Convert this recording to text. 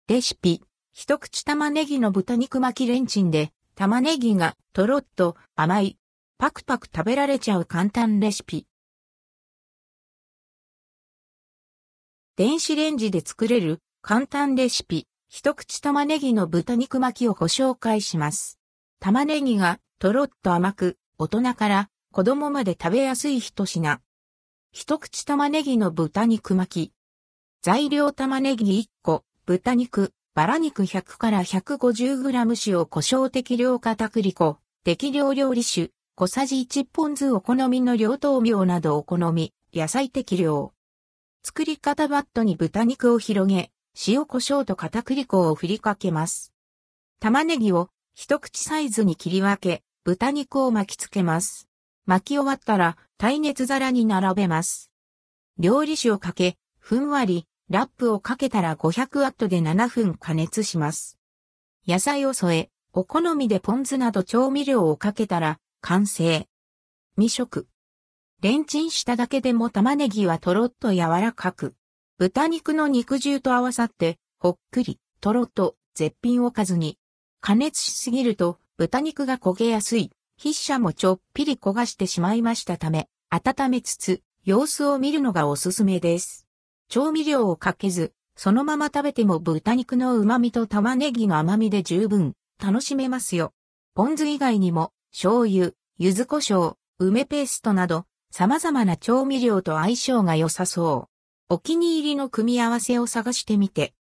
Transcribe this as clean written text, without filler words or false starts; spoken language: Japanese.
レシピ、一口玉ねぎの豚肉巻きレンチンで、玉ねぎがとろっと甘い、パクパク食べられちゃう簡単レシピ。電子レンジで作れる簡単レシピ、一口玉ねぎの豚肉巻きをご紹介します。玉ねぎがとろっと甘く、大人から子供まで食べやすい一品。一口玉ねぎの豚肉巻き。材料玉ねぎ1個、豚肉、バラ肉100から150グラム塩胡椒適量片栗粉、適量料理酒、小さじ1ポン酢お好みの量豆苗などお好み、野菜適量。作り方バットに豚肉を広げ、塩胡椒と片栗粉を振りかけます。玉ねぎを一口サイズに切り分け、豚肉を巻きつけます。巻き終わったら耐熱皿に並べます。料理酒をかけ、ふんわり、ラップをかけたら500ワットで7分加熱します。野菜を添え、お好みでポン酢など調味料をかけたら完成。未食。レンチンしただけでも玉ねぎはとろっと柔らかく、豚肉の肉汁と合わさってほっくり、とろっと絶品おかずに。加熱しすぎると豚肉が焦げやすい。筆者もちょっぴり焦がしてしまいましたため、温めつつ様子を見るのがおすすめです。調味料をかけず、そのまま食べても豚肉の旨味と玉ねぎの甘みで十分楽しめますよ。ポン酢以外にも醤油、柚子胡椒、梅ペーストなど様々な調味料と相性が良さそう。お気に入りの組み合わせを探してみて